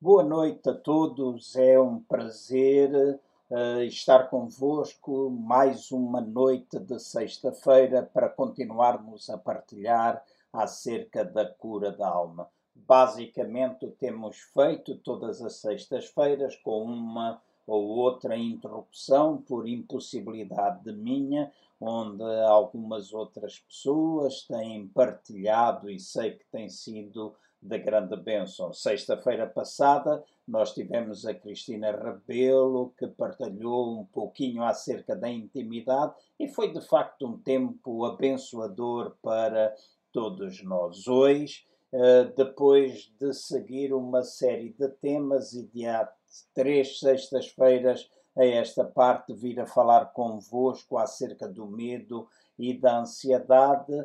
Boa noite a todos, é um prazer estar convosco mais uma noite de sexta-feira para continuarmos a partilhar acerca da cura da alma. Basicamente, o temos feito todas as sextas-feiras com uma ou outra interrupção por impossibilidade minha, onde algumas outras pessoas têm partilhado e sei que tem sido de grande bênção. Sexta-feira passada nós tivemos a Cristina Rebelo, que partilhou um pouquinho acerca da intimidade e foi de facto um tempo abençoador para todos nós. Hoje, depois de seguir uma série de temas e de há 3 sextas-feiras a esta parte vir a falar convosco acerca do medo e da ansiedade,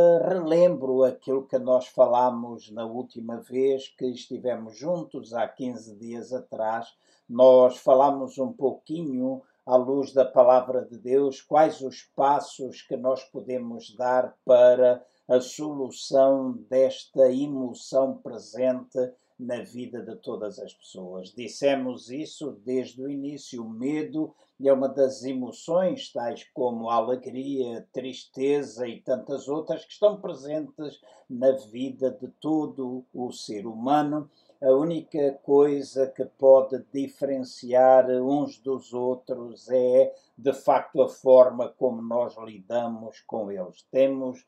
relembro aquilo que nós falámos na última vez que estivemos juntos, há 15 dias atrás. Nós falámos um pouquinho, à luz da palavra de Deus, quais os passos que nós podemos dar para a solução desta emoção presente na vida de todas as pessoas. Dissemos isso desde o início. O medo é uma das emoções, tais como a alegria, tristeza e tantas outras, que estão presentes na vida de todo o ser humano. A única coisa que pode diferenciar uns dos outros é, de facto, a forma como nós lidamos com eles. Temos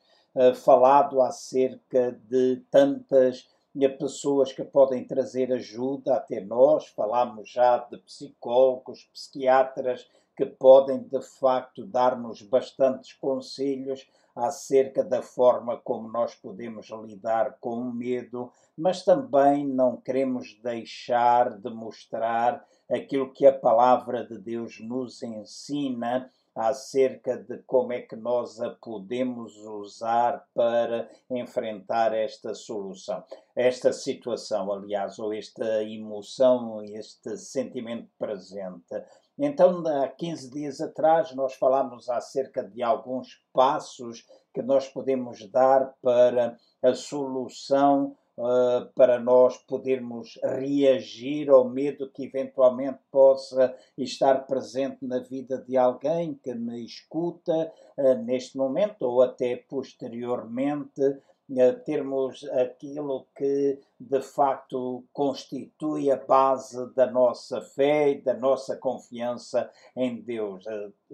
falado acerca de tantas pessoas que podem trazer ajuda até nós. Falámos já de psicólogos, psiquiatras que podem de facto dar-nos bastantes conselhos acerca da forma como nós podemos lidar com o medo, mas também não queremos deixar de mostrar aquilo que a palavra de Deus nos ensina acerca de como é que nós a podemos usar para enfrentar esta solução, esta situação, aliás, ou esta emoção, este sentimento presente. Então, há 15 dias atrás, nós falámos acerca de alguns passos que nós podemos dar para a solução, para nós podermos reagir ao medo que eventualmente possa estar presente na vida de alguém que me escuta neste momento ou até posteriormente, termos aquilo que de facto constitui a base da nossa fé e da nossa confiança em Deus.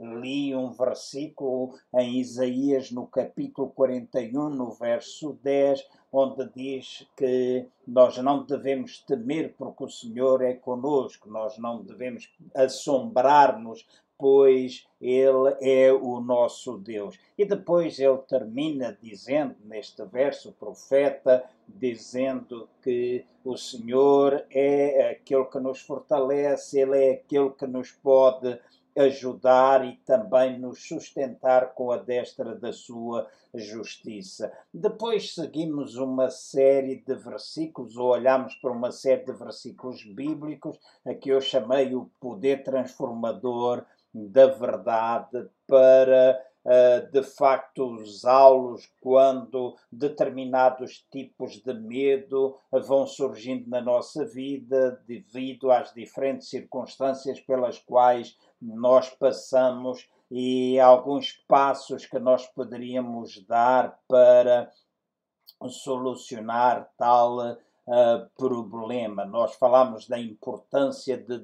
Li um versículo em Isaías, no capítulo 41, no verso 10, onde diz que nós não devemos temer porque o Senhor é conosco, nós não devemos assombrar-nos, pois Ele é o nosso Deus. E depois ele termina dizendo, neste verso, o profeta, dizendo que o Senhor é aquele que nos fortalece, Ele é aquele que nos pode ajudar e também nos sustentar com a destra da sua justiça. Depois seguimos uma série de versículos, ou olhamos para uma série de versículos bíblicos, a que eu chamei o poder transformador da verdade, para de facto usá-los quando determinados tipos de medo vão surgindo na nossa vida devido às diferentes circunstâncias pelas quais nós passamos e alguns passos que nós poderíamos dar para solucionar tal problema. Nós falamos da importância de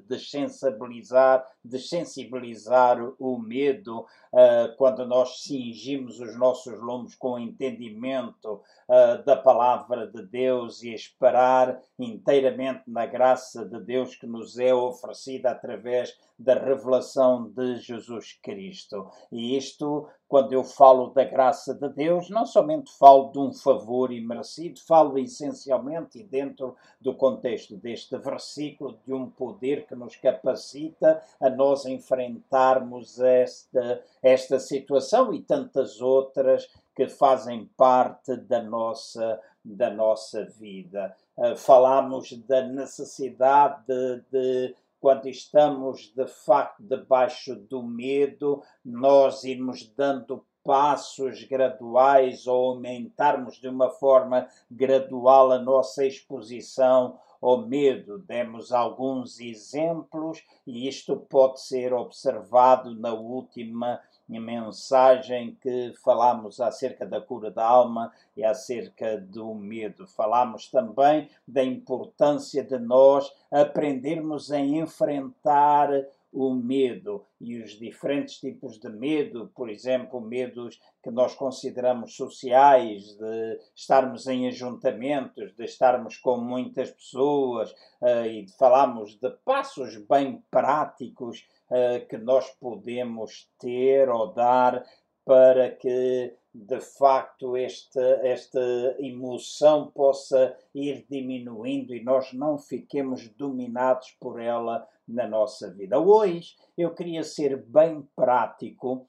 desensibilizar o medo quando nós cingimos os nossos lombos com o entendimento da palavra de Deus e esperar inteiramente na graça de Deus que nos é oferecida através da revelação de Jesus Cristo. E isto, quando eu falo da graça de Deus, não somente falo de um favor imerecido, falo essencialmente, e dentro do contexto deste versículo, de um poder que nos capacita a nós enfrentarmos esta situação e tantas outras que fazem parte da nossa vida. Falámos da necessidade de quando estamos de facto debaixo do medo, nós irmos dando passos graduais ou aumentarmos de uma forma gradual a nossa exposição ao medo. Demos alguns exemplos e isto pode ser observado na última mensagem que falámos acerca da cura da alma e acerca do medo. Falámos também da importância de nós aprendermos a enfrentar o medo e os diferentes tipos de medo, por exemplo, medos que nós consideramos sociais, de estarmos em ajuntamentos, de estarmos com muitas pessoas, e falámos de passos bem práticos que nós podemos ter ou dar para que de facto esta emoção possa ir diminuindo e nós não fiquemos dominados por ela na nossa vida. Hoje eu queria ser bem prático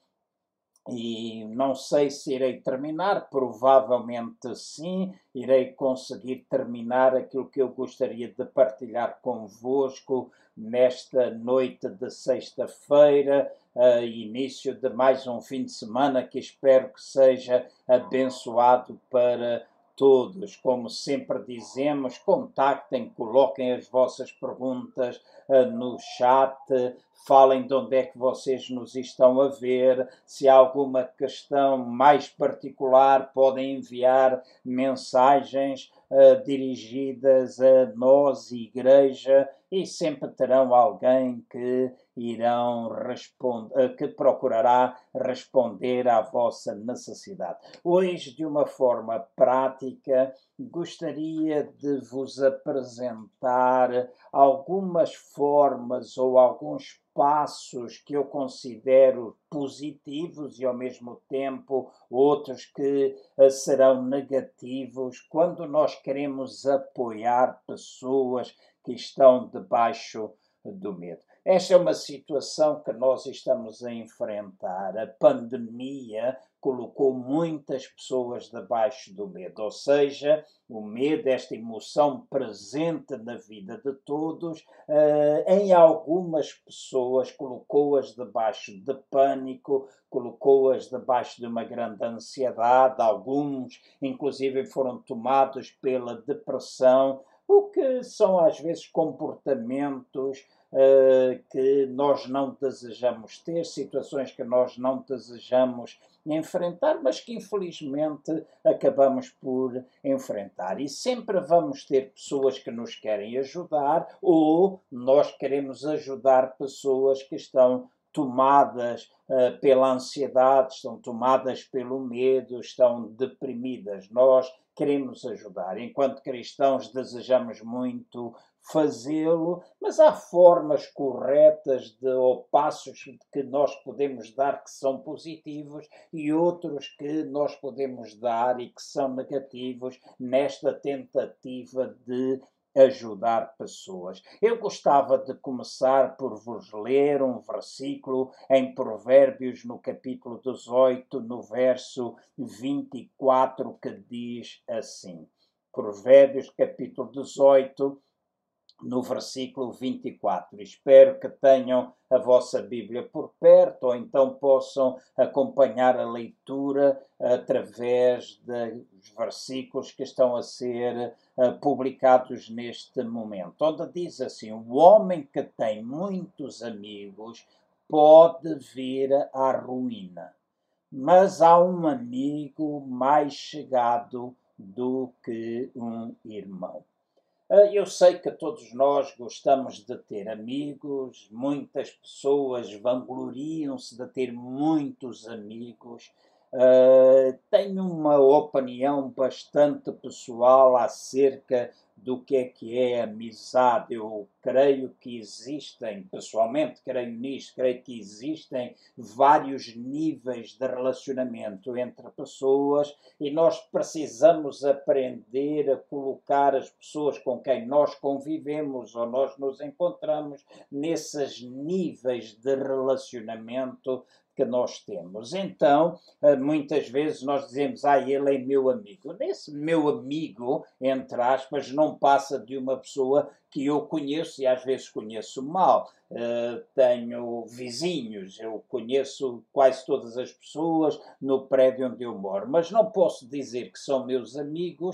e não sei se irei terminar, provavelmente sim, irei conseguir terminar aquilo que eu gostaria de partilhar convosco nesta noite de sexta-feira, início de mais um fim de semana que espero que seja abençoado para todos. Como sempre dizemos, contactem, coloquem as vossas perguntas no chat, falem de onde é que vocês nos estão a ver. Se há alguma questão mais particular, podem enviar mensagens dirigidas a nós, igreja, e sempre terão alguém que irão responder, que procurará responder à vossa necessidade. Hoje, de uma forma prática, gostaria de vos apresentar algumas formas ou alguns passos que eu considero positivos e ao mesmo tempo outros que serão negativos quando nós queremos apoiar pessoas que estão debaixo do medo. Esta é uma situação que nós estamos a enfrentar. A pandemia colocou muitas pessoas debaixo do medo, ou seja, o medo, esta emoção presente na vida de todos, em algumas pessoas colocou-as debaixo de pânico, colocou-as debaixo de uma grande ansiedade, alguns inclusive foram tomados pela depressão, o que são às vezes comportamentos que nós não desejamos ter, situações que nós não desejamos enfrentar, mas que infelizmente acabamos por enfrentar. E sempre vamos ter pessoas que nos querem ajudar ou nós queremos ajudar pessoas que estão tomadas pela ansiedade, estão tomadas pelo medo, estão deprimidas. Nós queremos ajudar. Enquanto cristãos desejamos muito fazê-lo, mas há formas corretas ou passos que nós podemos dar que são positivos e outros que nós podemos dar e que são negativos nesta tentativa de ajudar pessoas. Eu gostava de começar por vos ler um versículo em Provérbios, no capítulo 18, no verso 24, que diz assim. Provérbios, capítulo 18, no versículo 24. Espero que tenham a vossa Bíblia por perto ou então possam acompanhar a leitura através dos versículos que estão a ser publicados neste momento, onde diz assim: o homem que tem muitos amigos pode vir à ruína, mas há um amigo mais chegado do que um irmão. Eu sei que todos nós gostamos de ter amigos, muitas pessoas vangloriam-se de ter muitos amigos. Tenho uma opinião bastante pessoal acerca do que é amizade. Eu creio que existem, pessoalmente creio nisto, creio que existem vários níveis de relacionamento entre pessoas e nós precisamos aprender a colocar as pessoas com quem nós convivemos ou nós nos encontramos nesses níveis de relacionamento que nós temos. Então, muitas vezes nós dizemos, ele é meu amigo. Esse meu amigo, entre aspas, não passa de uma pessoa que eu conheço e às vezes conheço mal. Tenho vizinhos, eu conheço quase todas as pessoas no prédio onde eu moro, mas não posso dizer que são meus amigos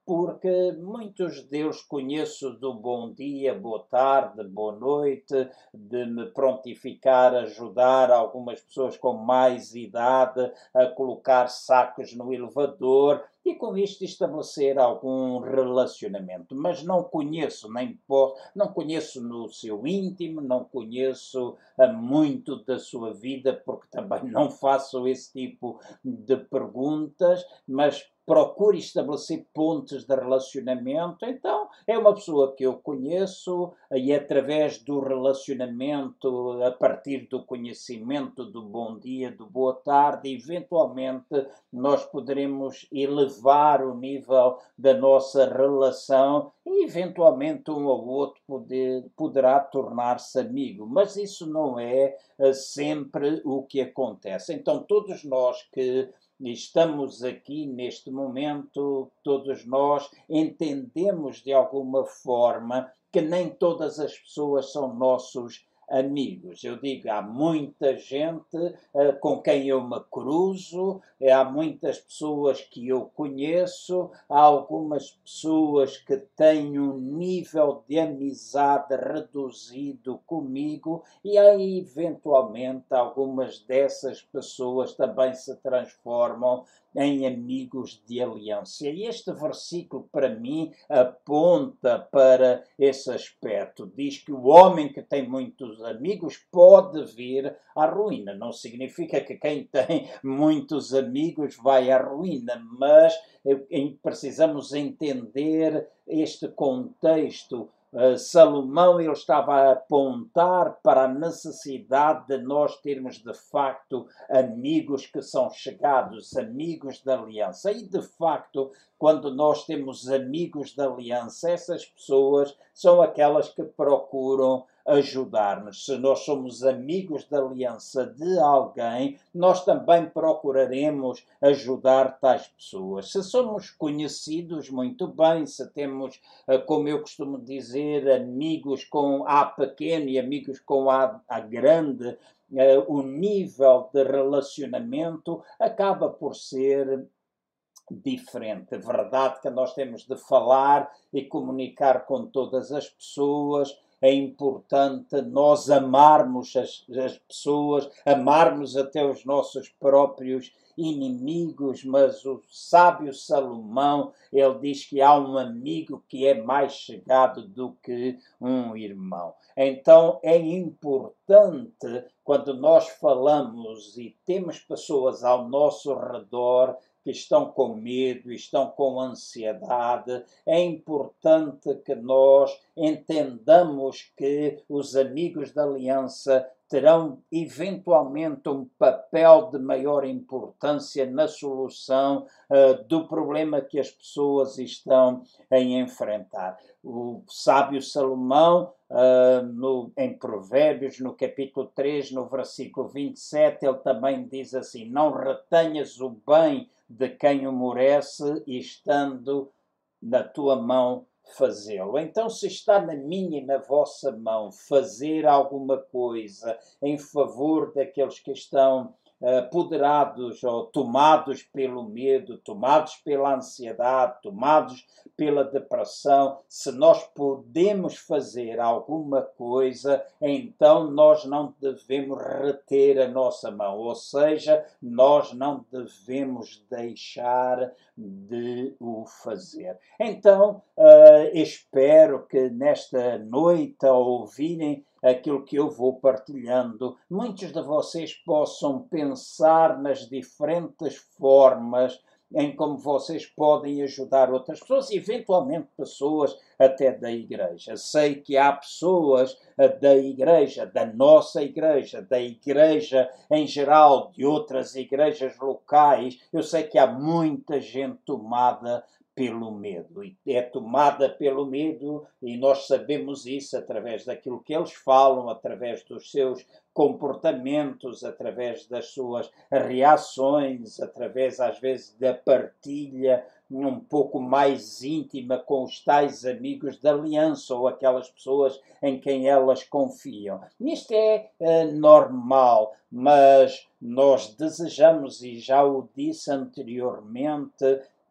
porque muitos deles conheço do bom dia, boa tarde, boa noite, de me prontificar, ajudar algumas pessoas com mais idade a colocar sacos no elevador e com isto estabelecer algum relacionamento. Mas não conheço, nem posso, não conheço no seu íntimo, não conheço muito da sua vida, porque também não faço esse tipo de perguntas, mas procure estabelecer pontos de relacionamento. Então, é uma pessoa que eu conheço e através do relacionamento, a partir do conhecimento do bom dia, do boa tarde, eventualmente nós poderemos elevar o nível da nossa relação e eventualmente um ou outro poderá tornar-se amigo. Mas isso não é sempre o que acontece. Então, todos nós que estamos aqui neste momento, todos nós entendemos de alguma forma que nem todas as pessoas são nossos amigos. Eu digo, há muita gente com quem eu me cruzo, há muitas pessoas que eu conheço, há algumas pessoas que têm um nível de amizade reduzido comigo e aí, eventualmente, algumas dessas pessoas também se transformam em amigos de aliança. E este versículo, para mim, aponta para esse aspecto. Diz que o homem que tem muitos amigos pode vir à ruína. Não significa que quem tem muitos amigos vai à ruína, mas precisamos entender este contexto. Salomão ele estava a apontar para a necessidade de nós termos de facto amigos que são chegados, amigos da aliança. E de facto, quando nós temos amigos da aliança, essas pessoas são aquelas que procuram ajudar-nos. Se nós somos amigos da aliança de alguém, nós também procuraremos ajudar tais pessoas. Se somos conhecidos, muito bem. Se temos, como eu costumo dizer, amigos com A pequeno e amigos com A grande, o nível de relacionamento acaba por ser diferente. É verdade que nós temos de falar e comunicar com todas as pessoas. É importante nós amarmos as pessoas, amarmos até os nossos próprios inimigos, mas o sábio Salomão, ele diz que há um amigo que é mais chegado do que um irmão. Então é importante, quando nós falamos e temos pessoas ao nosso redor que estão com medo, estão com ansiedade, é importante que nós entendamos que os amigos da aliança terão eventualmente um papel de maior importância na solução do problema que as pessoas estão a enfrentar. O sábio Salomão, em Provérbios, no capítulo 3, no versículo 27, ele também diz assim: não retenhas o bem de quem o merece, estando na tua mão fazê-lo. Então, se está na minha e na vossa mão fazer alguma coisa em favor daqueles que estão apoderados ou tomados pelo medo, tomados pela ansiedade, tomados pela depressão, se nós podemos fazer alguma coisa, então nós não devemos reter a nossa mão, ou seja, nós não devemos deixar de o fazer. Então, espero que nesta noite, ao ouvirem aquilo que eu vou partilhando, muitos de vocês possam pensar nas diferentes formas em como vocês podem ajudar outras pessoas, eventualmente pessoas até da igreja. Sei que há pessoas da igreja, da nossa igreja, da igreja em geral, de outras igrejas locais, eu sei que há muita gente tomada pelo medo. E é tomada pelo medo e nós sabemos isso através daquilo que eles falam, através dos seus comportamentos, através das suas reações, através às vezes da partilha um pouco mais íntima com os tais amigos da aliança ou aquelas pessoas em quem elas confiam. Isto é normal, mas nós desejamos, e já o disse anteriormente,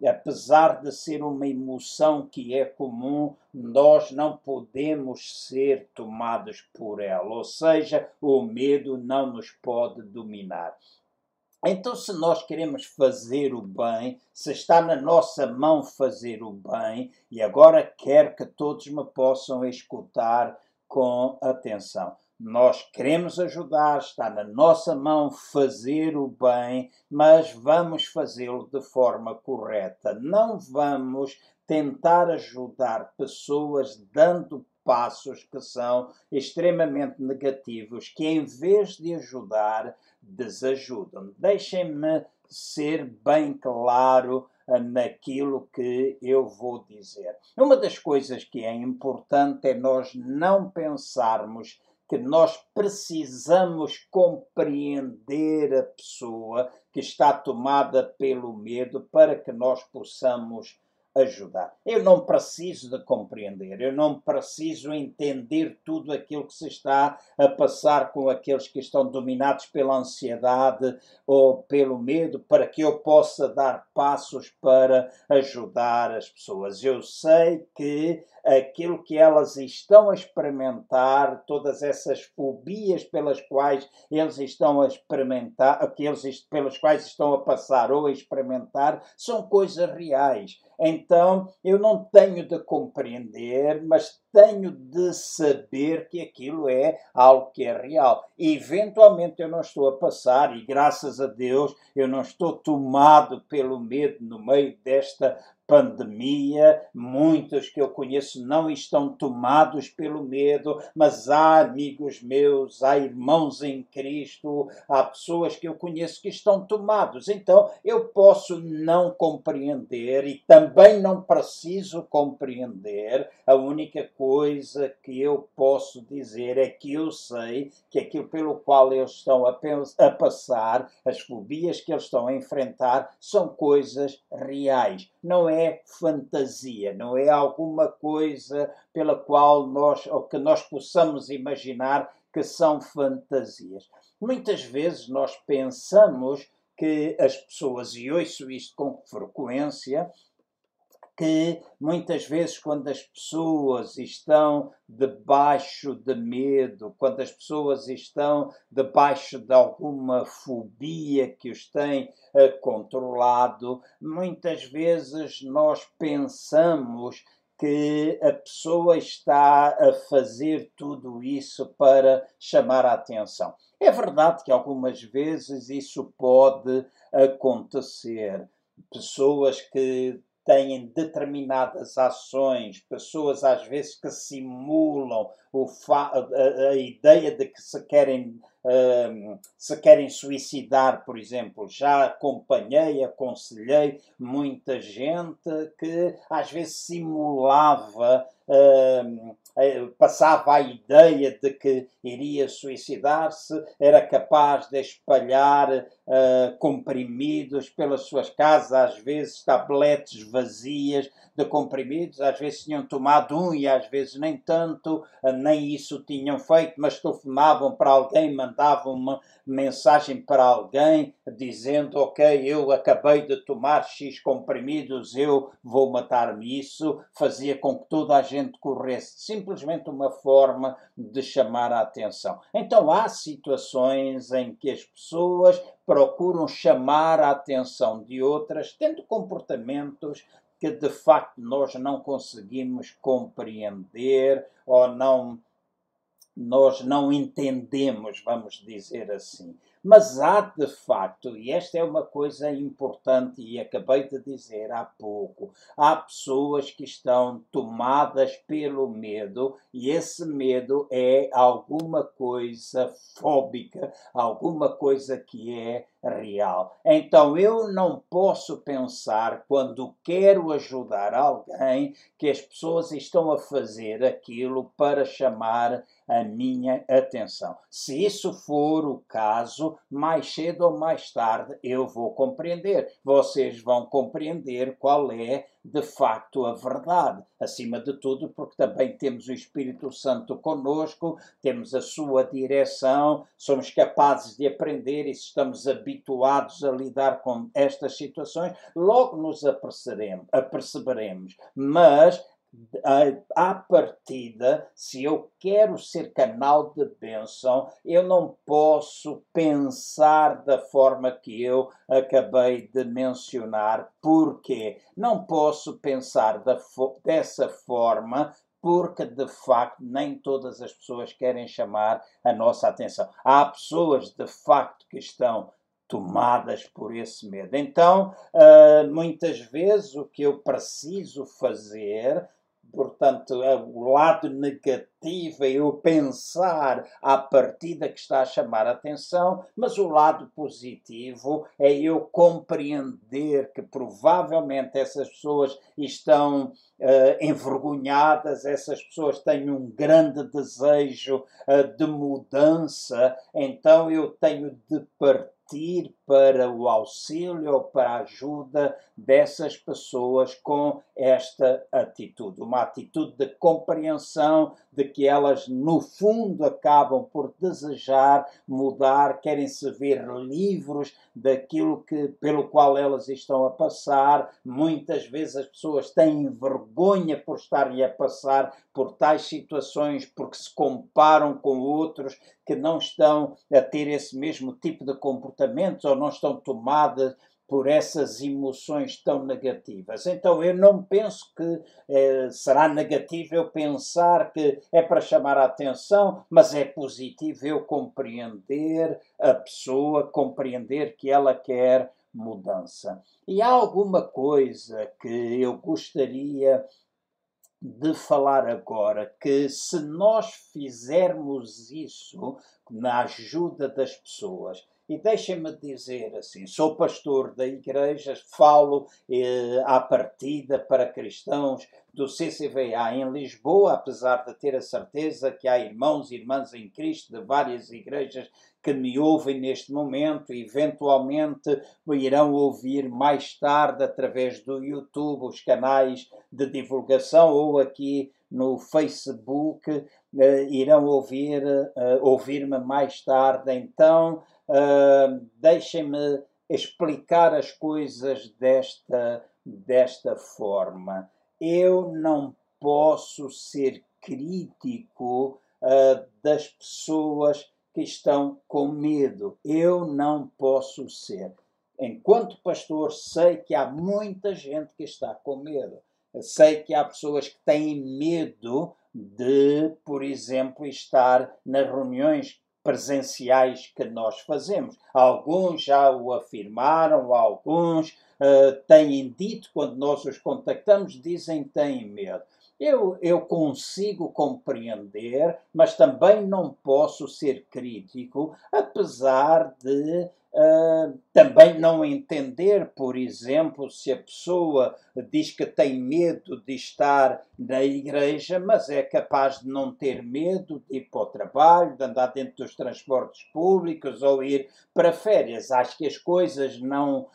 apesar de ser uma emoção que é comum, nós não podemos ser tomados por ela, ou seja, o medo não nos pode dominar. Então, se nós queremos fazer o bem, se está na nossa mão fazer o bem, e agora quero que todos me possam escutar com atenção. Nós queremos ajudar, está na nossa mão fazer o bem, mas vamos fazê-lo de forma correta. Não vamos tentar ajudar pessoas dando passos que são extremamente negativos, que em vez de ajudar, desajudam. Deixem-me ser bem claro naquilo que eu vou dizer. Uma das coisas que é importante é nós não pensarmos que nós precisamos compreender a pessoa que está tomada pelo medo para que nós possamos ajudar. Eu não preciso de compreender, eu não preciso entender tudo aquilo que se está a passar com aqueles que estão dominados pela ansiedade ou pelo medo para que eu possa dar passos para ajudar as pessoas. Eu sei que aquilo que elas estão a experimentar, todas essas fobias pelas quais eles estão a experimentar, pelas quais estão a passar ou a experimentar, são coisas reais. Então, eu não tenho de compreender, mas tenho de saber que aquilo é algo que é real. Eventualmente eu não estou a passar, e graças a Deus eu não estou tomado pelo medo no meio desta pandemia. Muitos que eu conheço não estão tomados pelo medo, mas há amigos meus, há irmãos em Cristo, há pessoas que eu conheço que estão tomados. Então eu posso não compreender e também não preciso compreender. A única coisa que eu posso dizer é que eu sei que aquilo pelo qual eles estão a passar, as fobias que eles estão a enfrentar, são coisas reais. Não é fantasia, não é alguma coisa pela qual ou que nós possamos imaginar que são fantasias. Muitas vezes nós pensamos que as pessoas, e ouço isto com frequência, que muitas vezes quando as pessoas estão debaixo de medo, quando as pessoas estão debaixo de alguma fobia que os tem controlado, muitas vezes nós pensamos que a pessoa está a fazer tudo isso para chamar a atenção. É verdade que algumas vezes isso pode acontecer. Pessoas que têm determinadas ações, pessoas às vezes que simulam a ideia de que se querem suicidar, por exemplo. Já acompanhei, aconselhei muita gente que às vezes simulava, passava a ideia de que iria suicidar-se, era capaz de espalhar comprimidos pelas suas casas, às vezes tabletes vazias de comprimidos, às vezes tinham tomado um e às vezes nem tanto, nem isso tinham feito, mas telefonavam para alguém, mandavam uma mensagem para alguém dizendo: ok, eu acabei de tomar X comprimidos, eu vou matar-me. Isso fazia com que toda a gente corresse. Simplesmente uma forma de chamar a atenção. Então há situações em que as pessoas procuram chamar a atenção de outras, tendo comportamentos que de facto nós não conseguimos compreender ou nós não entendemos, vamos dizer assim. Mas há de facto, e esta é uma coisa importante e acabei de dizer há pouco, há pessoas que estão tomadas pelo medo e esse medo é alguma coisa fóbica, alguma coisa que é real. Então eu não posso pensar, quando quero ajudar alguém, que as pessoas estão a fazer aquilo para chamar a minha atenção. Se isso for o caso, isso, mais cedo ou mais tarde, eu vou compreender. Vocês vão compreender qual é, de facto, a verdade. Acima de tudo, porque também temos o Espírito Santo conosco, temos a sua direção, somos capazes de aprender e se estamos habituados a lidar com estas situações, logo nos aperceberemos. Mas à partida, se eu quero ser canal de bênção, eu não posso pensar da forma que eu acabei de mencionar. Porquê? Não posso pensar dessa forma porque, de facto, nem todas as pessoas querem chamar a nossa atenção. Há pessoas, de facto, que estão tomadas por esse medo. Então, muitas vezes o que eu preciso fazer, portanto, o lado negativo é eu pensar à partida que está a chamar a atenção, mas o lado positivo é eu compreender que provavelmente essas pessoas estão envergonhadas, essas pessoas têm um grande desejo de mudança, então eu tenho de partir para o auxílio ou para a ajuda dessas pessoas com esta atitude. Uma atitude de compreensão de que elas, no fundo, acabam por desejar mudar, querem se ver livres daquilo pelo qual elas estão a passar. Muitas vezes as pessoas têm vergonha por estarem a passar por tais situações, porque se comparam com outros que não estão a ter esse mesmo tipo de comportamentos ou não estão tomadas por essas emoções tão negativas. Então eu não penso que será negativo eu pensar que é para chamar a atenção, mas é positivo eu compreender a pessoa, compreender que ela quer mudança. E há alguma coisa que eu gostaria de falar agora, que se nós fizermos isso na ajuda das pessoas, e deixem-me dizer assim, sou pastor da igreja, falo à partida para cristãos do CCVA em Lisboa, apesar de ter a certeza que há irmãos e irmãs em Cristo de várias igrejas que me ouvem neste momento e eventualmente irão ouvir mais tarde através do YouTube, os canais de divulgação ou aqui no Facebook, irão ouvir-me mais tarde. Então, deixem-me explicar as coisas desta forma. Eu não posso ser crítico das pessoas que estão com medo. Eu não posso ser. Enquanto pastor, sei que há muita gente que está com medo. Eu sei que há pessoas que têm medo de, por exemplo, estar nas reuniões presenciais que nós fazemos. Alguns já o afirmaram, alguns têm dito, quando nós os contactamos, dizem que têm medo. Eu consigo compreender, mas também não posso ser crítico, apesar de também não entender, por exemplo, se a pessoa diz que tem medo de estar na igreja, mas é capaz de não ter medo de ir para o trabalho, de andar dentro dos transportes públicos ou ir para férias. Acho que as coisas não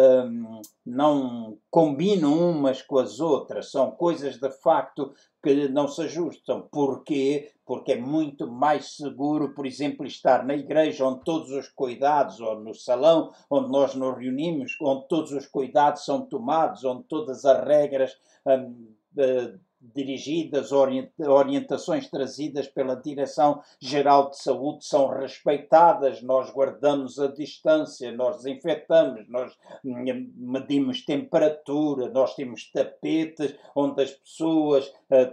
combinam umas com as outras, são coisas de facto que não se ajustam. Porquê? Porque é muito mais seguro, por exemplo, estar na igreja onde todos os cuidados, ou no salão onde nós nos reunimos, onde todos os cuidados são tomados, onde todas as regras dirigidas, orientações trazidas pela Direção-Geral de Saúde são respeitadas, nós guardamos a distância, nós desinfetamos, nós medimos temperatura, nós temos tapetes onde as pessoas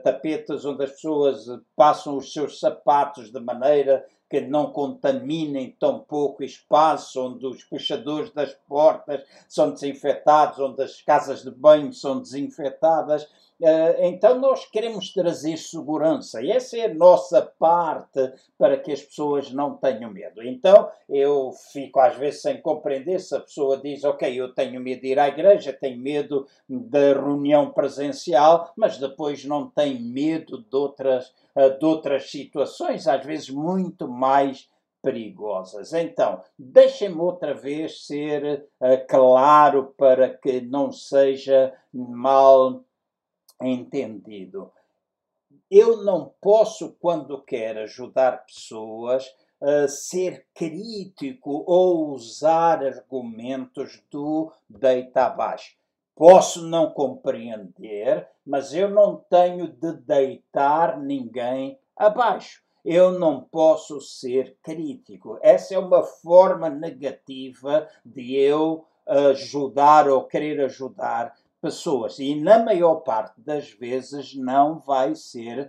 passam os seus sapatos de maneira que não contaminem tão pouco espaço, onde os puxadores das portas são desinfetados, onde as casas de banho são desinfetadas. Então nós queremos trazer segurança e essa é a nossa parte para que as pessoas não tenham medo. Então eu fico às vezes sem compreender se a pessoa diz, ok, eu tenho medo de ir à igreja, tenho medo da reunião presencial, mas depois não tem medo de outras situações, às vezes muito mais perigosas. Então, deixem-me outra vez ser claro para que não seja mal entendido. Eu não posso, quando quero ajudar pessoas, ser crítico ou usar argumentos do deita abaixo. Posso não compreender, mas eu não tenho de deitar ninguém abaixo. Eu não posso ser crítico. Essa é uma forma negativa de eu ajudar ou querer ajudar pessoas. E na maior parte das vezes não vai ser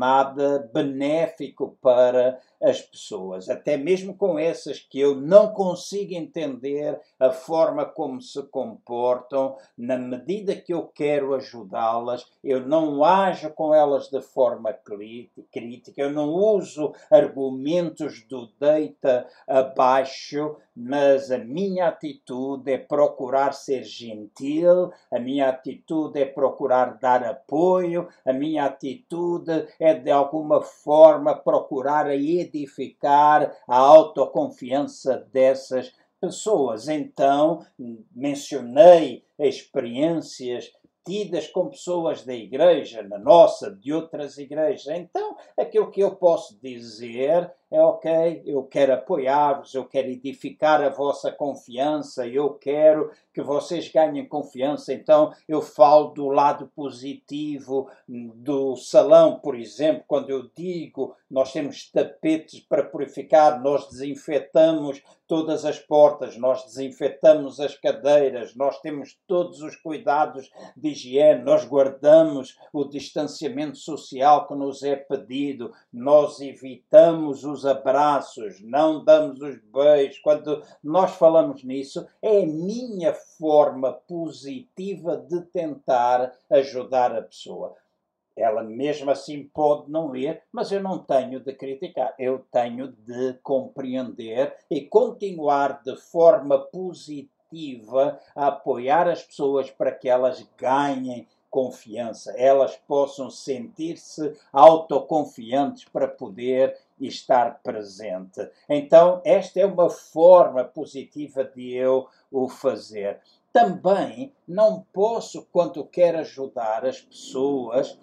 nada benéfico para as pessoas, até mesmo com essas que eu não consigo entender a forma como se comportam, na medida que eu quero ajudá-las, eu não ajo com elas de forma crítica, eu não uso argumentos do deita abaixo, mas a minha atitude é procurar ser gentil, a minha atitude é procurar dar apoio, a minha atitude é de alguma forma procurar edificar a autoconfiança dessas pessoas. Então, mencionei experiências tidas com pessoas da igreja, na nossa, de outras igrejas. Então, aquilo que eu posso dizer é ok, eu quero apoiar-vos, eu quero edificar a vossa confiança, eu quero que vocês ganhem confiança. Então, eu falo do lado positivo do salão, por exemplo, quando eu digo nós temos tapetes para purificar, nós desinfetamos todas as portas, nós desinfetamos as cadeiras, nós temos todos os cuidados de higiene, nós guardamos o distanciamento social que nos é pedido, nós evitamos os abraços, não damos os beijos. Quando nós falamos nisso, é a minha forma positiva de tentar ajudar a pessoa. Ela mesmo assim pode não ler, mas eu não tenho de criticar, eu tenho de compreender e continuar de forma positiva a apoiar as pessoas para que elas ganhem confiança, elas possam sentir-se autoconfiantes para poder estar presente. Então, esta é uma forma positiva de eu o fazer. Também não posso, quando quero ajudar as pessoas,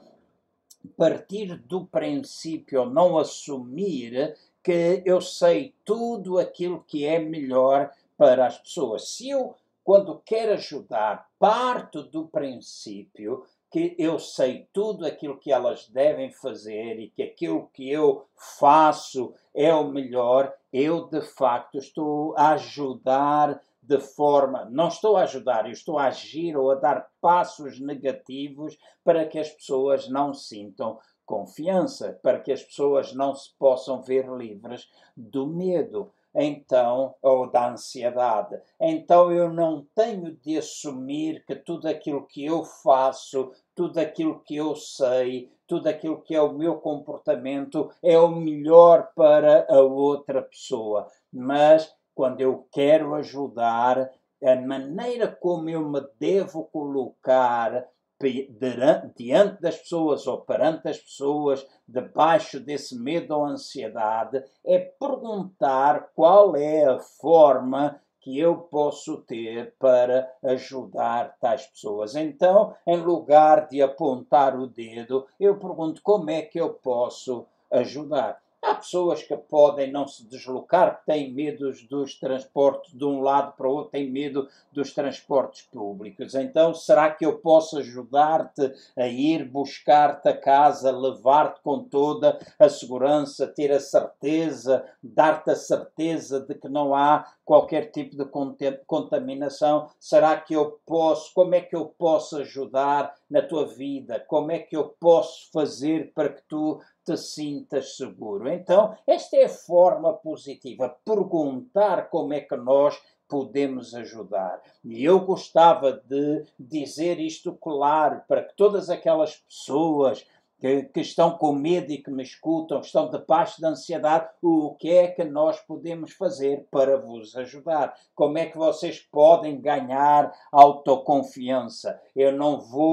partir do princípio, ou não assumir que eu sei tudo aquilo que é melhor para as pessoas. Se eu, quando quero ajudar, parto do princípio que eu sei tudo aquilo que elas devem fazer e que aquilo que eu faço é o melhor, eu de facto estou a ajudar de forma, não estou a ajudar, eu estou a agir ou a dar passos negativos para que as pessoas não sintam confiança, para que as pessoas não se possam ver livres do medo, então, ou da ansiedade. Então eu não tenho de assumir que tudo aquilo que eu faço, tudo aquilo que eu sei, tudo aquilo que é o meu comportamento é o melhor para a outra pessoa. Mas quando eu quero ajudar, a maneira como eu me devo colocar diante das pessoas ou perante as pessoas, debaixo desse medo ou ansiedade, é perguntar qual é a forma que eu posso ter para ajudar tais pessoas. Então, em lugar de apontar o dedo, eu pergunto como é que eu posso ajudar. Há pessoas que podem não se deslocar, têm medo dos transportes de um lado para o outro, têm medo dos transportes públicos. Então, será que eu posso ajudar-te a ir buscar-te a casa, levar-te com toda a segurança, ter a certeza, dar-te a certeza de que não há qualquer tipo de contaminação? Será que eu posso, como é que eu posso ajudar na tua vida? Como é que eu posso fazer para que tu te sintas seguro? Então, esta é a forma positiva, perguntar como é que nós podemos ajudar. E eu gostava de dizer isto claro, para que todas aquelas pessoas que estão com medo e que me escutam, que estão debaixo de ansiedade, o que é que nós podemos fazer para vos ajudar? Como é que vocês podem ganhar autoconfiança? Eu não vou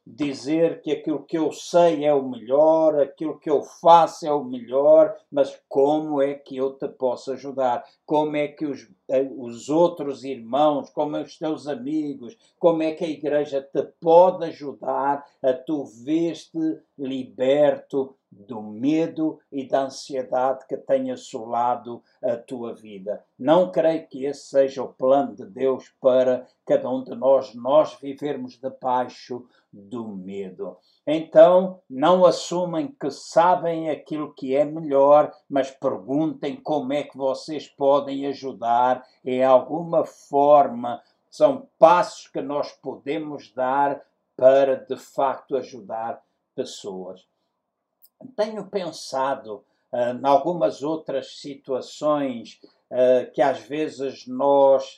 dizer que aquilo que eu sei é o melhor, aquilo que eu faço é o melhor, mas como é que eu te posso ajudar? Como é que os outros irmãos, como é os teus amigos, como é que a igreja te pode ajudar a tu ver-te liberto do medo e da ansiedade que tem assolado a tua vida. Não creio que esse seja o plano de Deus para cada um de nós vivermos debaixo do medo. Então, não assumem que sabem aquilo que é melhor, mas perguntem como é que vocês podem ajudar em alguma forma. São passos que nós podemos dar para, de facto, ajudar pessoas. Tenho pensado em algumas outras situações que às vezes nós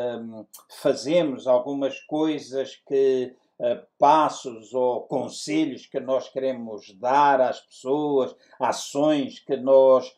fazemos algumas coisas que passos ou conselhos que nós queremos dar às pessoas, ações que nós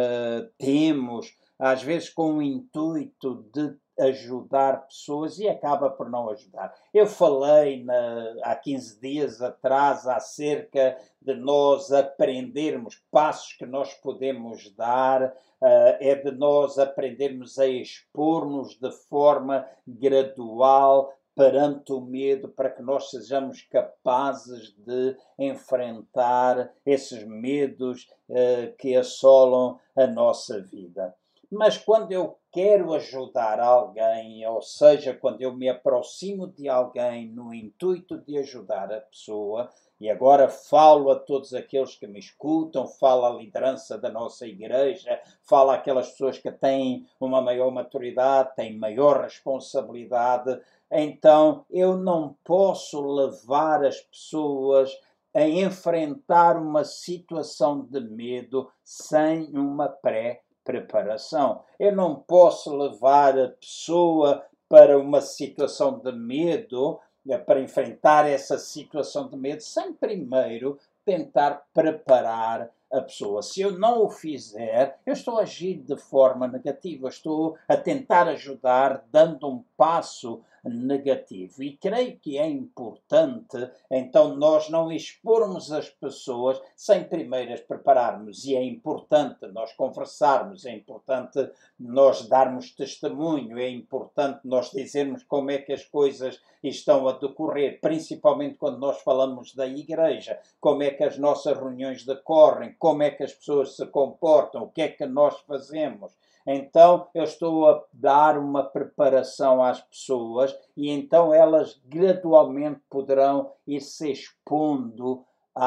temos, às vezes com o intuito de ajudar pessoas e acaba por não ajudar. Eu falei há 15 dias atrás acerca de nós aprendermos passos que nós podemos dar, é de nós aprendermos a expor-nos de forma gradual perante o medo, para que nós sejamos capazes de enfrentar esses medos que assolam a nossa vida. Mas quando eu quero ajudar alguém, ou seja, quando eu me aproximo de alguém no intuito de ajudar a pessoa, e agora falo a todos aqueles que me escutam, falo à liderança da nossa igreja, falo àquelas pessoas que têm uma maior maturidade, têm maior responsabilidade, então eu não posso levar as pessoas a enfrentar uma situação de medo sem uma preparação. Eu não posso levar a pessoa para uma situação de medo, para enfrentar essa situação de medo, sem primeiro tentar preparar a pessoa. Se eu não o fizer, eu estou a agir de forma negativa, estou a tentar ajudar dando um passo negativo. E creio que é importante, então, nós não expormos as pessoas sem primeiro as prepararmos. E é importante nós conversarmos, é importante nós darmos testemunho, é importante nós dizermos como é que as coisas estão a decorrer, principalmente quando nós falamos da igreja, como é que as nossas reuniões decorrem, como é que as pessoas se comportam, o que é que nós fazemos. Então, eu estou a dar uma preparação às pessoas e então elas gradualmente poderão ir se expondo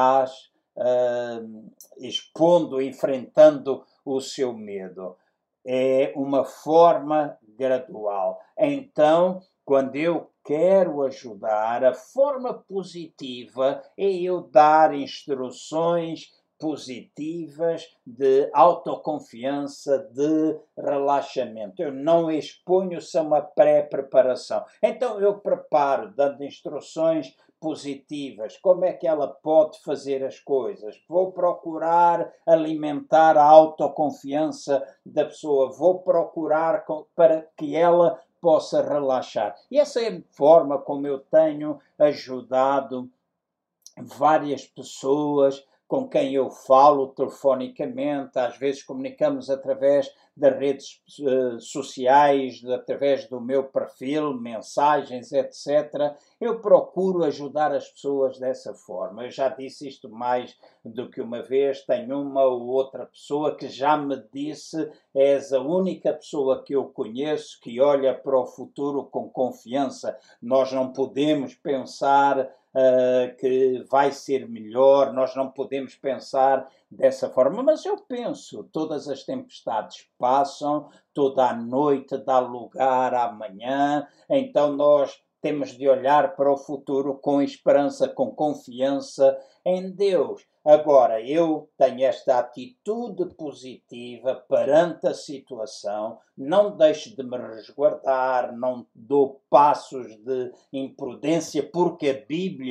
enfrentando o seu medo. É uma forma gradual. Então, quando eu quero ajudar, a forma positiva é eu dar instruções positivas de autoconfiança, de relaxamento. Eu não exponho-se a uma pré-preparação. Então eu preparo, dando instruções positivas, como é que ela pode fazer as coisas. Vou procurar alimentar a autoconfiança da pessoa, vou procurar para que ela possa relaxar. E essa é a forma como eu tenho ajudado várias pessoas com quem eu falo telefonicamente, às vezes comunicamos através das redes sociais, através do meu perfil, mensagens, etc. Eu procuro ajudar as pessoas dessa forma. Eu já disse isto mais do que uma vez, tenho uma ou outra pessoa que já me disse: és a única pessoa que eu conheço que olha para o futuro com confiança. Nós não podemos pensar que vai ser melhor, nós não podemos pensar dessa forma, mas eu penso, todas as tempestades passam, toda a noite dá lugar à manhã, então nós temos de olhar para o futuro com esperança, com confiança em Deus. Agora, eu tenho esta atitude positiva perante a situação, não deixo de me resguardar, não dou passos de imprudência, porque a Bíblia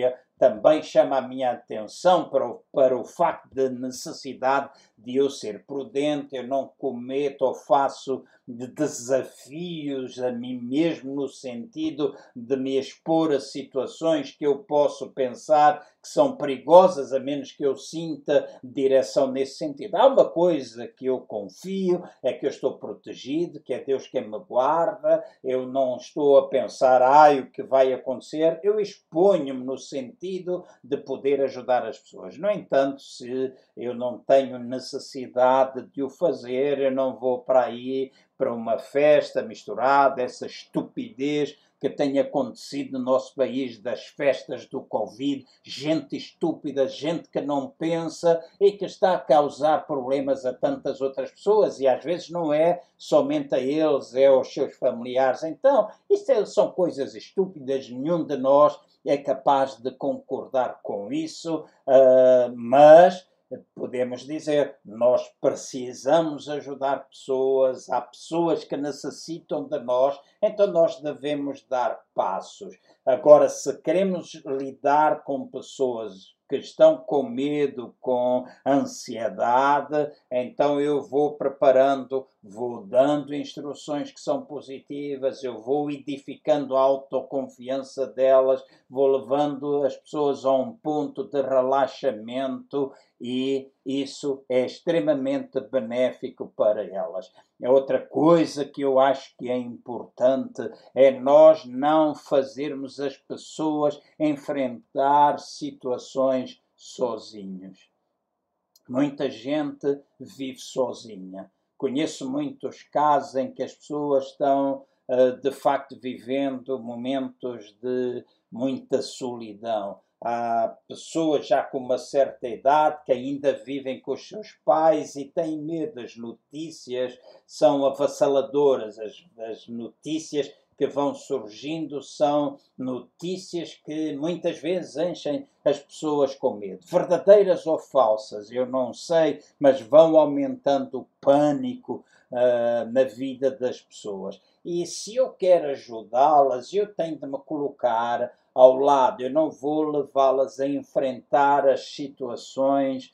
também chama a minha atenção para o facto da necessidade de eu ser prudente, eu não cometo ou faço de desafios a mim mesmo no sentido de me expor a situações que eu posso pensar que são perigosas, a menos que eu sinta direção nesse sentido. Há uma coisa que eu confio, é que eu estou protegido, que é Deus quem me guarda, eu não estou a pensar, o que vai acontecer, eu exponho-me no sentido de poder ajudar as pessoas. No entanto, se eu não tenho necessidade de o fazer, eu não vou para aí para uma festa misturada, essa estupidez que tem acontecido no nosso país das festas do Covid, gente estúpida, gente que não pensa e que está a causar problemas a tantas outras pessoas e às vezes não é somente a eles, é aos seus familiares. Então, são coisas estúpidas, nenhum de nós é capaz de concordar com isso, mas podemos dizer, nós precisamos ajudar pessoas, há pessoas que necessitam de nós, então nós devemos dar passos. Agora, se queremos lidar com pessoas que estão com medo, com ansiedade, então eu vou preparando, vou dando instruções que são positivas, eu vou edificando a autoconfiança delas, vou levando as pessoas a um ponto de relaxamento e isso é extremamente benéfico para elas. Outra coisa que eu acho que é importante é nós não fazermos as pessoas enfrentar situações sozinhos. Muita gente vive sozinha. Conheço muitos casos em que as pessoas estão, de facto, vivendo momentos de muita solidão. Há pessoas já com uma certa idade que ainda vivem com os seus pais e têm medo. As notícias são avassaladoras. As notícias que vão surgindo são notícias que muitas vezes enchem as pessoas com medo. Verdadeiras ou falsas, eu não sei, mas vão aumentando o pânico na vida das pessoas. E se eu quero ajudá-las, eu tenho de me colocar ao lado, eu não vou levá-las a enfrentar as situações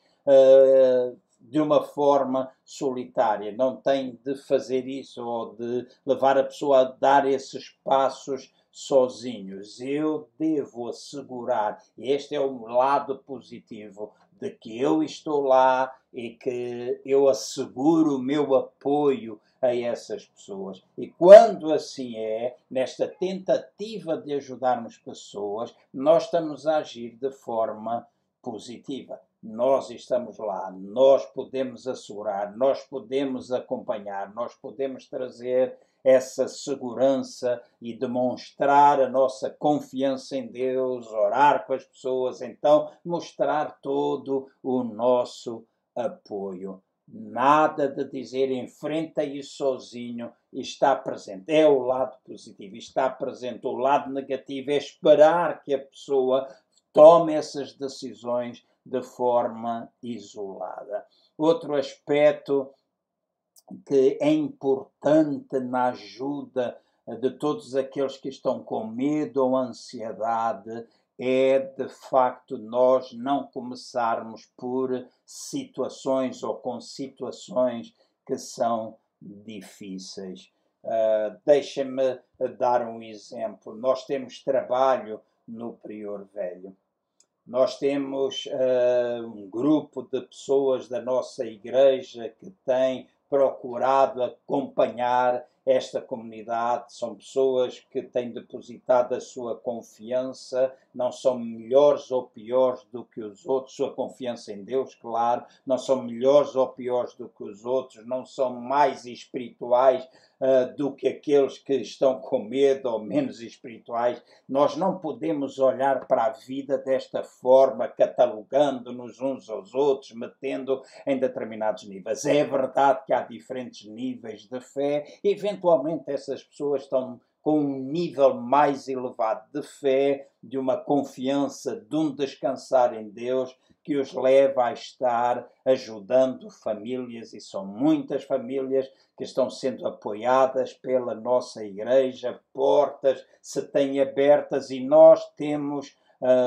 de uma forma solitária. Não tem de fazer isso ou de levar a pessoa a dar esses passos sozinhos. Eu devo assegurar, e este é o lado positivo, de que eu estou lá e que eu asseguro o meu apoio a essas pessoas. E quando assim é, nesta tentativa de ajudarmos pessoas, nós estamos a agir de forma positiva. Nós estamos lá, nós podemos assegurar, nós podemos acompanhar, nós podemos trazer essa segurança e demonstrar a nossa confiança em Deus, orar com as pessoas, então mostrar todo o nosso apoio. Nada de dizer enfrenta isso sozinho, está presente. É o lado positivo, está presente. O lado negativo é esperar que a pessoa tome essas decisões de forma isolada. Outro aspecto que é importante na ajuda de todos aqueles que estão com medo ou ansiedade é, de facto, nós não começarmos por situações ou com situações que são difíceis. Deixa-me dar um exemplo. Nós temos trabalho no Prior Velho. Nós temos um grupo de pessoas da nossa igreja que tem procurado acompanhar esta comunidade. São pessoas que têm depositado a sua confiança, não são melhores ou piores do que os outros, sua confiança em Deus, claro, não são melhores ou piores do que os outros, não são mais espirituais do que aqueles que estão com medo ou menos espirituais. Nós não podemos olhar para a vida desta forma, catalogando-nos uns aos outros, metendo em determinados níveis. É verdade que há diferentes níveis de fé, e eventualmente essas pessoas estão com um nível mais elevado de fé, de uma confiança, de um descansar em Deus, que os leva a estar ajudando famílias, e são muitas famílias que estão sendo apoiadas pela nossa igreja, portas se têm abertas e nós temos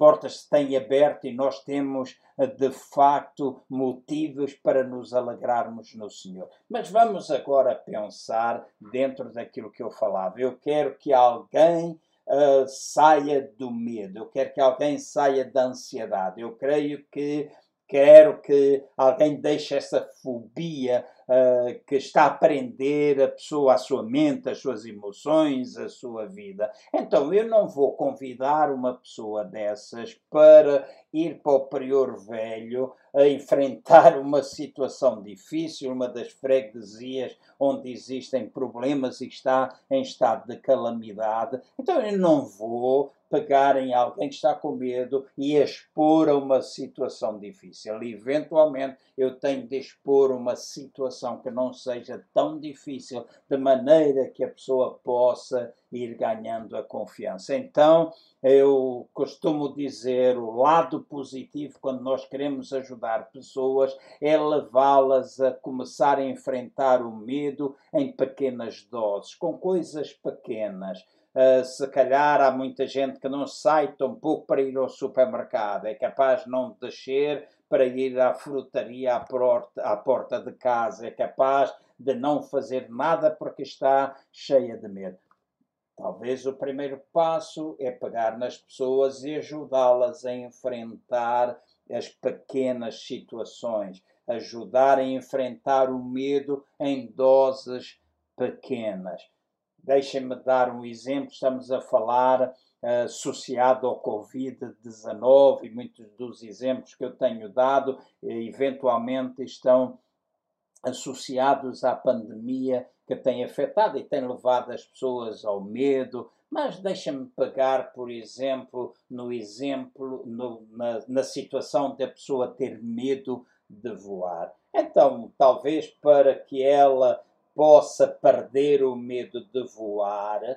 portas se têm aberto e nós temos, de facto, motivos para nos alegrarmos no Senhor. Mas vamos agora pensar dentro daquilo que eu falava. Eu quero que alguém saia do medo, eu quero que alguém saia da ansiedade. Eu quero que alguém deixe essa fobia que está a prender a pessoa, a sua mente, as suas emoções, a sua vida. Então, eu não vou convidar uma pessoa dessas para ir para o Prior Velho a enfrentar uma situação difícil, uma das freguesias onde existem problemas e está em estado de calamidade. Então, eu não vou pegar em alguém que está com medo e expor a uma situação difícil. E, eventualmente, eu tenho de expor uma situação que não seja tão difícil, de maneira que a pessoa possa ir ganhando a confiança. Então, eu costumo dizer, o lado positivo, quando nós queremos ajudar pessoas, é levá-las a começar a enfrentar o medo em pequenas doses, com coisas pequenas. Se calhar há muita gente que não sai tão pouco para ir ao supermercado, é capaz de não descer para ir à frutaria à porta de casa, é capaz de não fazer nada porque está cheia de medo. Talvez o primeiro passo é pegar nas pessoas e ajudá-las a enfrentar as pequenas situações, ajudar a enfrentar o medo em doses pequenas. Deixem-me dar um exemplo. Estamos a falar associado ao Covid-19 e muitos dos exemplos que eu tenho dado eventualmente estão associados à pandemia que tem afetado e tem levado as pessoas ao medo. Mas deixa-me pegar, por exemplo, na situação da pessoa ter medo de voar. Então, talvez para que ela possa perder o medo de voar,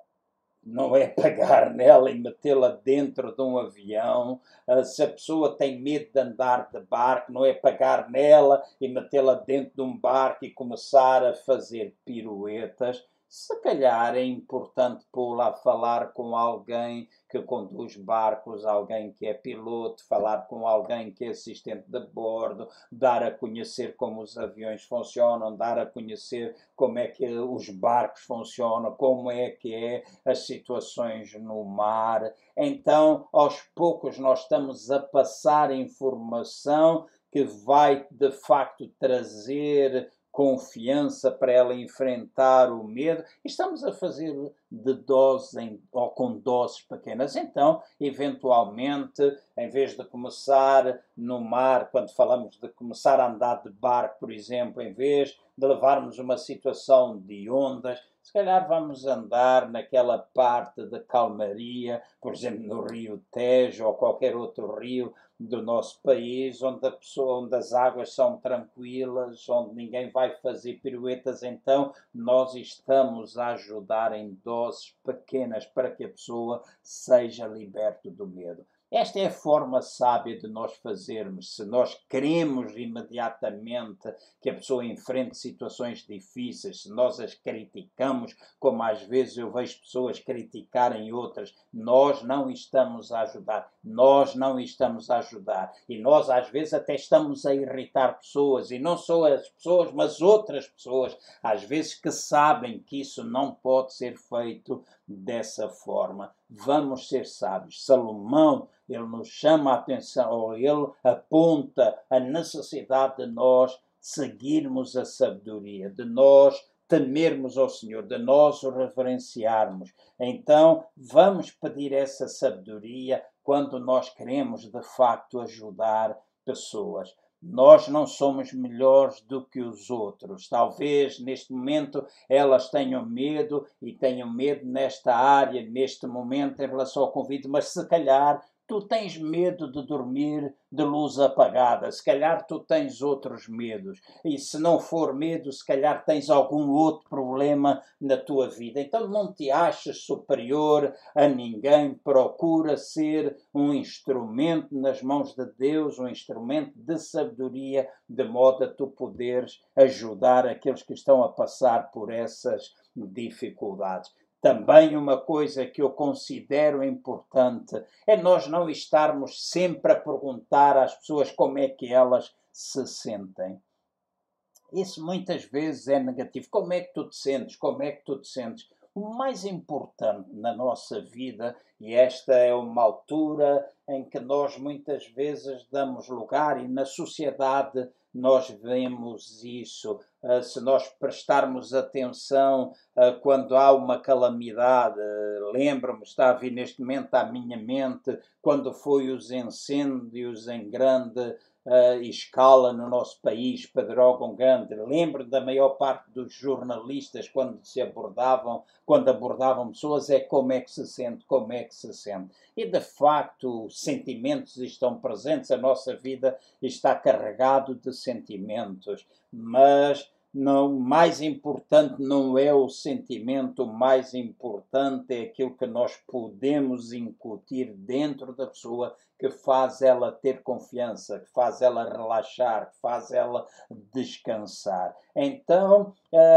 não é pegar nela e metê-la dentro de um avião. Se a pessoa tem medo de andar de barco, não é pegar nela e metê-la dentro de um barco e começar a fazer piruetas. Se calhar é importante pô-la a falar com alguém que conduz barcos, alguém que é piloto, falar com alguém que é assistente de bordo, dar a conhecer como os aviões funcionam, dar a conhecer como é que os barcos funcionam, como é que é as situações no mar. Então, aos poucos, nós estamos a passar informação que vai, de facto, trazer confiança para ela enfrentar o medo. Estamos a fazer de dose ou com doses pequenas. Então, eventualmente, em vez de começar no mar, quando falamos de começar a andar de barco, por exemplo, em vez de levarmos uma situação de ondas, se calhar vamos andar naquela parte de calmaria, por exemplo, no Rio Tejo ou qualquer outro rio do nosso país, onde as águas são tranquilas, onde ninguém vai fazer piruetas. Então, nós estamos a ajudar em doses pequenas para que a pessoa seja liberta do medo. Esta é a forma sábia de nós fazermos. Se nós queremos imediatamente que a pessoa enfrente situações difíceis, se nós as criticamos, como às vezes eu vejo pessoas criticarem outras, nós não estamos a ajudar. Nós não estamos a ajudar. E nós às vezes até estamos a irritar pessoas, e não só as pessoas, mas outras pessoas, às vezes que sabem que isso não pode ser feito dessa forma. Vamos ser sábios. Salomão, ele nos chama a atenção, ou ele aponta a necessidade de nós seguirmos a sabedoria, de nós temermos ao Senhor, de nós o reverenciarmos. Então, vamos pedir essa sabedoria quando nós queremos, de facto, ajudar pessoas. Nós não somos melhores do que os outros. Talvez, neste momento, elas tenham medo e tenham medo nesta área, neste momento, em relação ao Covid, mas se calhar tu tens medo de dormir de luz apagada, se calhar tu tens outros medos. E se não for medo, se calhar tens algum outro problema na tua vida. Então não te achas superior a ninguém, procura ser um instrumento nas mãos de Deus, um instrumento de sabedoria, de modo a tu poderes ajudar aqueles que estão a passar por essas dificuldades. Também uma coisa que eu considero importante é nós não estarmos sempre a perguntar às pessoas como é que elas se sentem. Isso muitas vezes é negativo. Como é que tu te sentes? Como é que tu te sentes? O mais importante na nossa vida, e esta é uma altura em que nós muitas vezes damos lugar, e na sociedade nós vemos isso. Se nós prestarmos atenção quando há uma calamidade, lembro-me, está a vir neste momento à minha mente, quando foi os incêndios em grande escala no nosso país, Pedrógão Grande. Lembro da maior parte dos jornalistas quando abordavam pessoas, é como é que se sente, como é que se sente. E de facto, sentimentos estão presentes, a nossa vida está carregado de sentimentos, mas não, mais importante não é o sentimento, o mais importante é aquilo que nós podemos incutir dentro da pessoa, que faz ela ter confiança, que faz ela relaxar, que faz ela descansar. Então,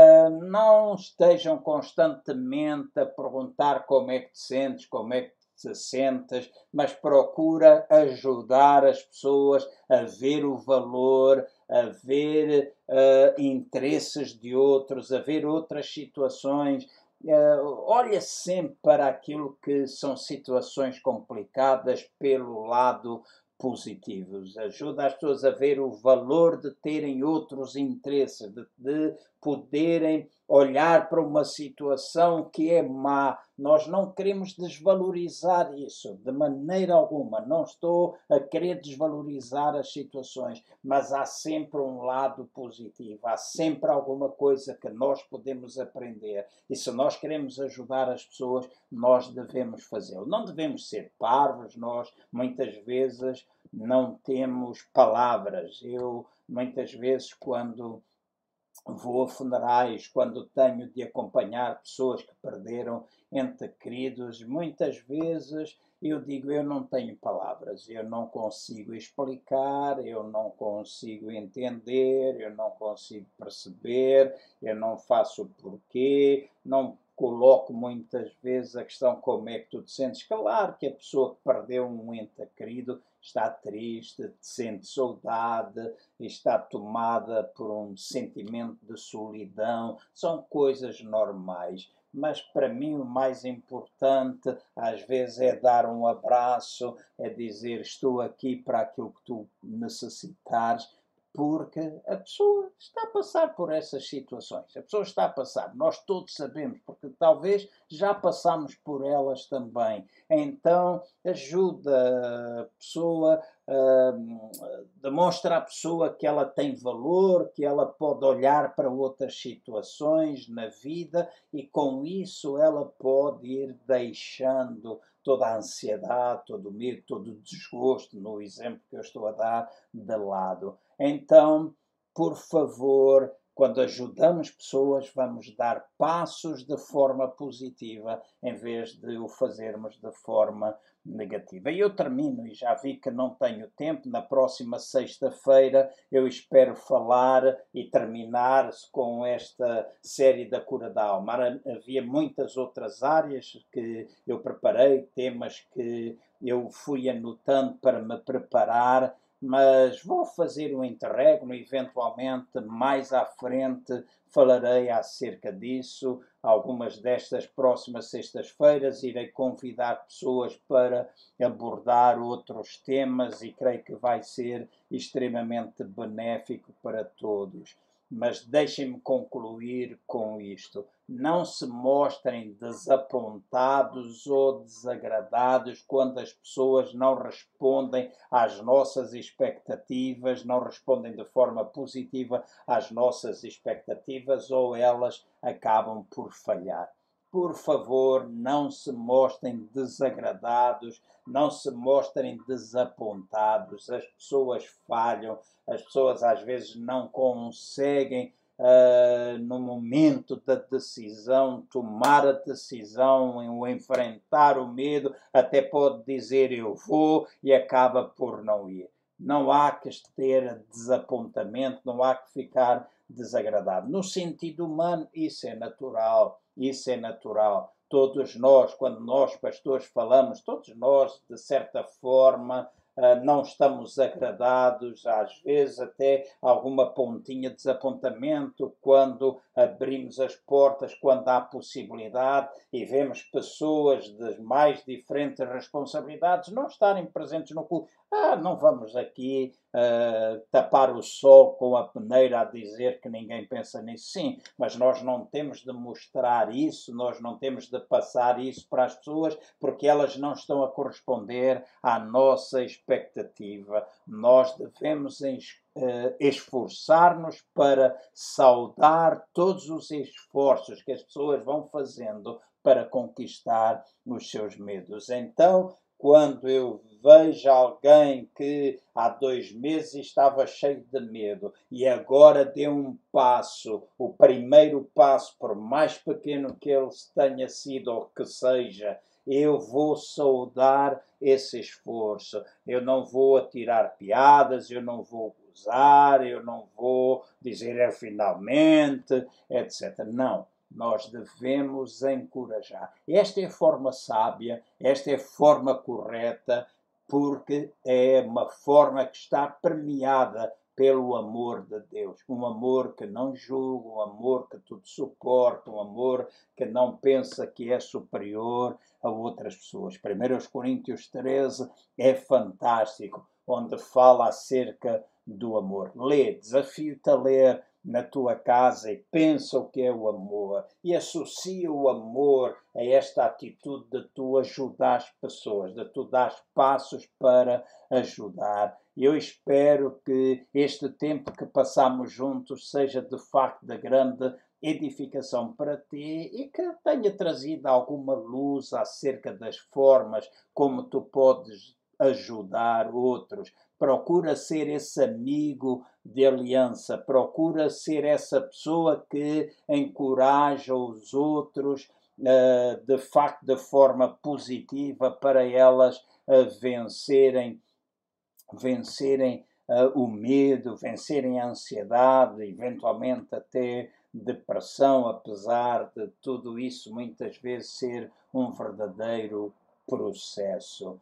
não estejam constantemente a perguntar como é que te sentes, como é que te sentes, mas procura ajudar as pessoas a ver o valor, a ver interesses de outros, a ver outras situações. Olha sempre para aquilo que são situações complicadas pelo lado positivo. Ajuda as pessoas a ver o valor de terem outros interesses, de poderem olhar para uma situação que é má. Nós não queremos desvalorizar isso de maneira alguma. Não estou a querer desvalorizar as situações, mas há sempre um lado positivo, há sempre alguma coisa que nós podemos aprender. E se nós queremos ajudar as pessoas, nós devemos fazê-lo. Não devemos ser parvos, nós muitas vezes não temos palavras. Eu, muitas vezes, quando vou a funerais, quando tenho de acompanhar pessoas que perderam entes queridos, muitas vezes eu digo, eu não tenho palavras, eu não consigo explicar, eu não consigo entender, eu não consigo perceber, eu não faço o porquê, não coloco muitas vezes a questão como é que tu te sentes. Claro que a pessoa que perdeu um ente querido está triste, sente saudade, está tomada por um sentimento de solidão, são coisas normais. Mas para mim o mais importante às vezes é dar um abraço, é dizer estou aqui para aquilo que tu necessitares, porque a pessoa está a passar por essas situações. A pessoa está a passar, nós todos sabemos, porque talvez já passamos por elas também. Então ajuda a pessoa, demonstra à pessoa que ela tem valor, que ela pode olhar para outras situações na vida e com isso ela pode ir deixando toda a ansiedade, todo o medo, todo o desgosto, no exemplo que eu estou a dar, de lado. Então, por favor, quando ajudamos pessoas, vamos dar passos de forma positiva em vez de o fazermos de forma negativa. E eu termino, e já vi que não tenho tempo, na próxima sexta-feira eu espero falar e terminar com esta série da cura da alma. Havia muitas outras áreas que eu preparei, temas que eu fui anotando para me preparar, mas vou fazer um interregno, eventualmente mais à frente falarei acerca disso. Algumas destas próximas sextas-feiras irei convidar pessoas para abordar outros temas e creio que vai ser extremamente benéfico para todos. Mas deixem-me concluir com isto. Não se mostrem desapontados ou desagradados quando as pessoas não respondem às nossas expectativas, não respondem de forma positiva às nossas expectativas ou elas acabam por falhar. Por favor, não se mostrem desagradados, não se mostrem desapontados. As pessoas falham, as pessoas às vezes não conseguem, no momento da decisão, tomar a decisão, ou enfrentar o medo, até pode dizer eu vou e acaba por não ir. Não há que ter desapontamento, não há que ficar desagradado. No sentido humano, isso é natural, isso é natural. Todos nós, quando nós, pastores, falamos, todos nós, de certa forma, não estamos agradados, às vezes até alguma pontinha de desapontamento quando abrimos as portas, quando há possibilidade e vemos pessoas de mais diferentes responsabilidades não estarem presentes no culto. Não vamos aqui tapar o sol com a peneira a dizer que ninguém pensa nisso. Sim, mas nós não temos de mostrar isso, nós não temos de passar isso para as pessoas porque elas não estão a corresponder à nossa expectativa. Nós devemos esforçar-nos para saudar todos os esforços que as pessoas vão fazendo para conquistar os seus medos. Então, quando eu vejo alguém que há 2 meses estava cheio de medo e agora deu um passo, o primeiro passo, por mais pequeno que ele tenha sido ou que seja, eu vou saudar esse esforço. Eu não vou atirar piadas, eu não vou gozar, eu não vou dizer finalmente, etc. Não. Nós devemos encorajar. Esta é a forma sábia, esta é a forma correta, porque é uma forma que está permeada pelo amor de Deus. Um amor que não julga, um amor que tudo suporta, um amor que não pensa que é superior a outras pessoas. 1 Coríntios 13 é fantástico, onde fala acerca do amor. Lê, desafio-te a ler na tua casa e pensa o que é o amor e associa o amor a esta atitude de tu ajudar as pessoas, de tu dar passos para ajudar. Eu espero que este tempo que passamos juntos seja de facto de grande edificação para ti e que tenha trazido alguma luz acerca das formas como tu podes ajudar outros. Procura ser esse amigo de aliança, procura ser essa pessoa que encoraja os outros de facto de forma positiva para elas vencerem o medo, vencerem a ansiedade, eventualmente até depressão, apesar de tudo isso muitas vezes ser um verdadeiro processo.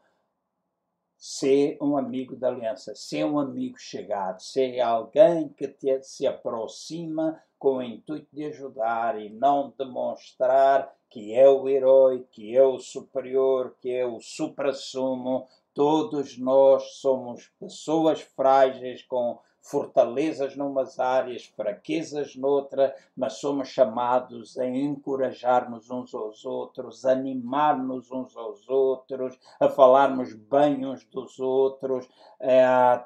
Ser um amigo da aliança, ser um amigo chegado, ser alguém que se aproxima com o intuito de ajudar e não demonstrar que é o herói, que é o superior, que é o suprassumo. Todos nós somos pessoas frágeis com fortalezas numas áreas, fraquezas noutra, mas somos chamados a encorajar-nos uns aos outros, a animar-nos uns aos outros, a falarmos bem uns dos outros. Há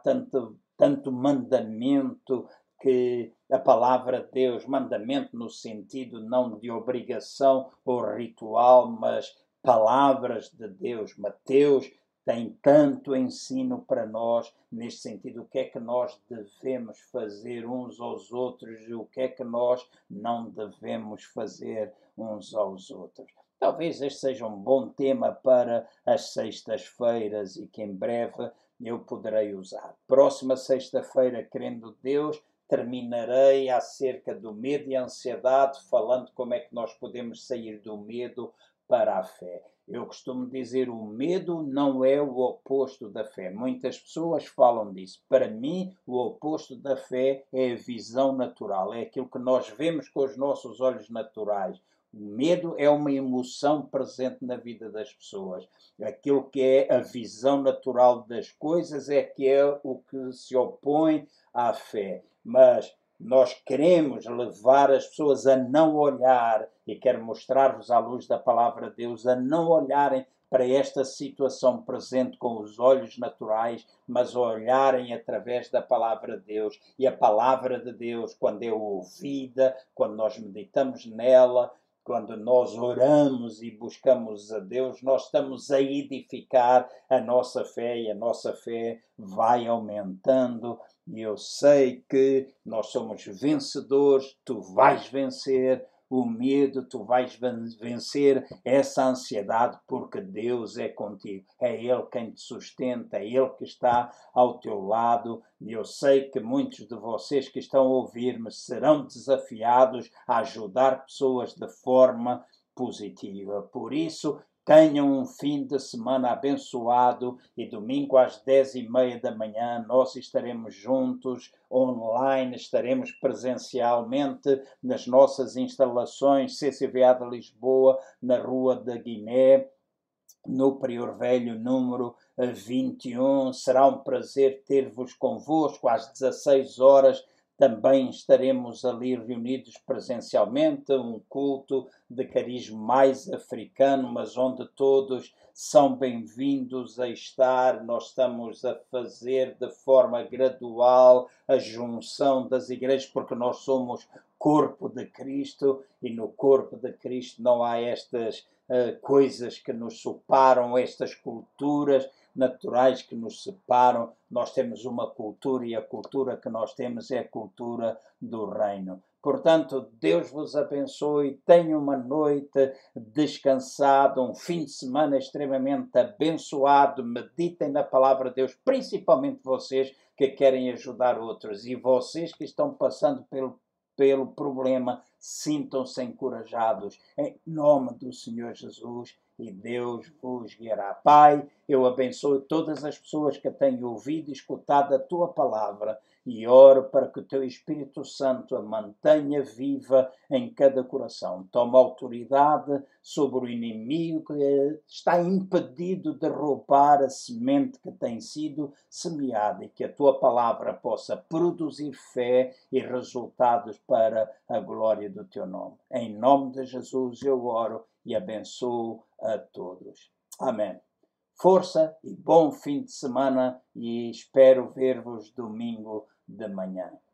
tanto mandamento que a palavra de Deus, mandamento no sentido não de obrigação ou ritual, mas palavras de Deus. Mateus tem tanto ensino para nós neste sentido, o que é que nós devemos fazer uns aos outros e o que é que nós não devemos fazer uns aos outros. Talvez este seja um bom tema para as sextas-feiras e que em breve eu poderei usar. Próxima sexta-feira, querendo Deus, terminarei acerca do medo e ansiedade, falando como é que nós podemos sair do medo para a fé. Eu costumo dizer, o medo não é o oposto da fé. Muitas pessoas falam disso. Para mim, o oposto da fé é a visão natural. É aquilo que nós vemos com os nossos olhos naturais. O medo é uma emoção presente na vida das pessoas. Aquilo que é a visão natural das coisas é que é o que se opõe à fé. Mas nós queremos levar as pessoas a não olhar, e quero mostrar-vos à luz da palavra de Deus, a não olharem para esta situação presente com os olhos naturais, mas olharem através da palavra de Deus. E a palavra de Deus, quando é ouvida, quando nós meditamos nela, quando nós oramos e buscamos a Deus, nós estamos a edificar a nossa fé e a nossa fé vai aumentando. E eu sei que nós somos vencedores, tu vais vencer o medo, tu vais vencer essa ansiedade, porque Deus é contigo. É Ele quem te sustenta, é Ele que está ao teu lado. E eu sei que muitos de vocês que estão a ouvir-me serão desafiados a ajudar pessoas de forma positiva. Por isso, tenham um fim de semana abençoado e domingo às 10h30 da manhã nós estaremos juntos, online, estaremos presencialmente nas nossas instalações CCVA de Lisboa, na Rua da Guiné, no Prior Velho número 21. Será um prazer ter-vos convosco às 16 horas. Também estaremos ali reunidos presencialmente, um culto de cariz mais africano, mas onde todos são bem-vindos a estar. Nós estamos a fazer de forma gradual a junção das igrejas, porque nós somos corpo de Cristo e no corpo de Cristo não há estas coisas que nos separam, estas culturas naturais que nos separam. Nós temos uma cultura e a cultura que nós temos é a cultura do reino. Portanto, Deus vos abençoe, tenham uma noite descansada, um fim de semana extremamente abençoado, meditem na palavra de Deus, principalmente vocês que querem ajudar outros e vocês que estão passando pelo problema, sintam-se encorajados em nome do Senhor Jesus e Deus vos guiará. Pai, eu abençoo todas as pessoas que têm ouvido e escutado a Tua palavra e oro para que o Teu Espírito Santo a mantenha viva em cada coração. Toma autoridade sobre o inimigo que está impedido de roubar a semente que tem sido semeada e que a Tua palavra possa produzir fé e resultados para a glória do Teu nome. Em nome de Jesus eu oro e abençoo a todos. Amém. Força e bom fim de semana e espero ver-vos domingo de manhã.